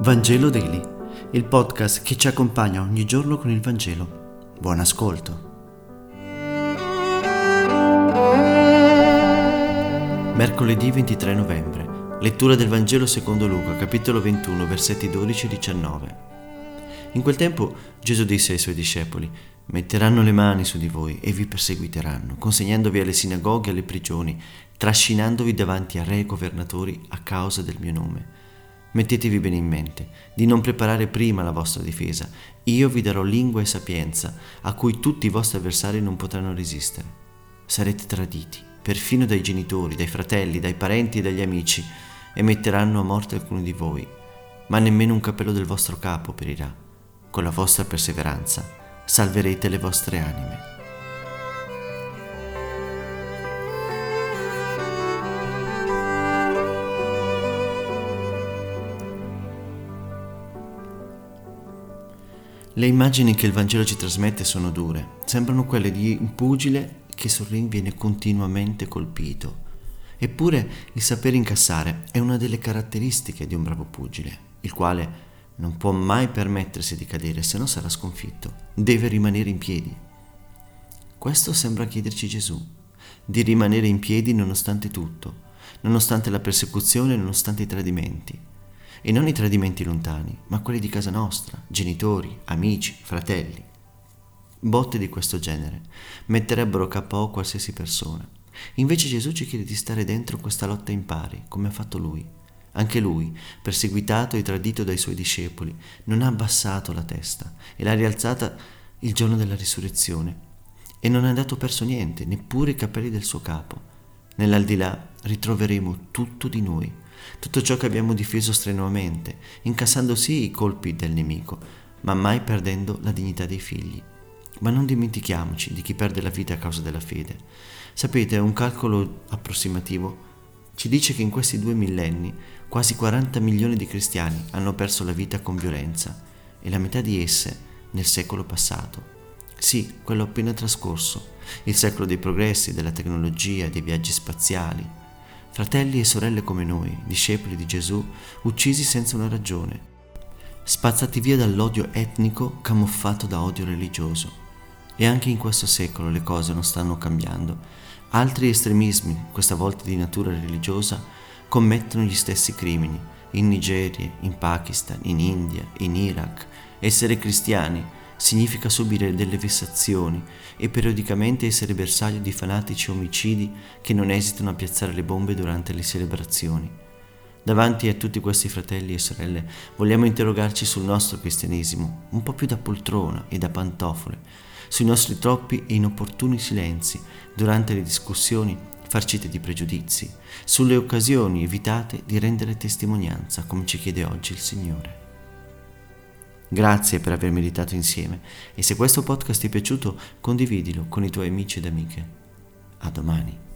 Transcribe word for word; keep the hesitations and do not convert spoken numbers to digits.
Vangelo Daily, il podcast che ci accompagna ogni giorno con il Vangelo. Buon ascolto. Mercoledì ventitré novembre. Lettura del Vangelo secondo Luca, capitolo ventuno, versetti dodici e diciannove. In quel tempo Gesù disse ai suoi discepoli: metteranno le mani su di voi e vi perseguiteranno, consegnandovi alle sinagoghe e alle prigioni, trascinandovi davanti a re e governatori a causa del mio nome. Mettetevi bene in mente di non preparare prima la vostra difesa. Io vi darò lingua e sapienza a cui tutti i vostri avversari non potranno resistere. Sarete traditi, perfino dai genitori, dai fratelli, dai parenti e dagli amici, e metteranno a morte alcuni di voi, ma nemmeno un capello del vostro capo perirà. Con la vostra perseveranza salverete le vostre anime. Le immagini che il Vangelo ci trasmette sono dure, sembrano quelle di un pugile che sul ring viene continuamente colpito. Eppure il saper incassare è una delle caratteristiche di un bravo pugile, il quale non può mai permettersi di cadere, se no sarà sconfitto, deve rimanere in piedi. Questo sembra chiederci Gesù, di rimanere in piedi nonostante tutto, nonostante la persecuzione, nonostante i tradimenti. E non i tradimenti lontani, ma quelli di casa nostra, genitori, amici, fratelli. Botte di questo genere metterebbero K O qualsiasi persona. Invece Gesù ci chiede di stare dentro questa lotta impari, come ha fatto Lui. Anche Lui, perseguitato e tradito dai Suoi discepoli, non ha abbassato la testa e l'ha rialzata il giorno della risurrezione. E non ha dato perso niente, neppure i capelli del suo capo. Nell'aldilà ritroveremo tutto di noi, tutto ciò che abbiamo difeso strenuamente, incassando sì i colpi del nemico, ma mai perdendo la dignità dei figli. Ma non dimentichiamoci di chi perde la vita a causa della fede. Sapete, un calcolo approssimativo ci dice che in questi due millenni quasi quaranta milioni di cristiani hanno perso la vita con violenza, e la metà di esse nel secolo passato. Sì, quello appena trascorso, il secolo dei progressi, della tecnologia, dei viaggi spaziali. Fratelli e sorelle come noi, discepoli di Gesù, uccisi senza una ragione, spazzati via dall'odio etnico camuffato da odio religioso. E anche in questo secolo le cose non stanno cambiando. Altri estremismi, questa volta di natura religiosa, commettono gli stessi crimini. In Nigeria, in Pakistan, in India, in Iraq. Essere cristiani significa subire delle vessazioni e periodicamente essere bersaglio di fanatici omicidi che non esitano a piazzare le bombe durante le celebrazioni. Davanti a tutti questi fratelli e sorelle vogliamo interrogarci sul nostro cristianesimo, un po' più da poltrona e da pantofole, sui nostri troppi e inopportuni silenzi durante le discussioni farcite di pregiudizi, sulle occasioni evitate di rendere testimonianza come ci chiede oggi il Signore. Grazie per aver meditato insieme, e se questo podcast ti è piaciuto condividilo con i tuoi amici ed amiche. A domani.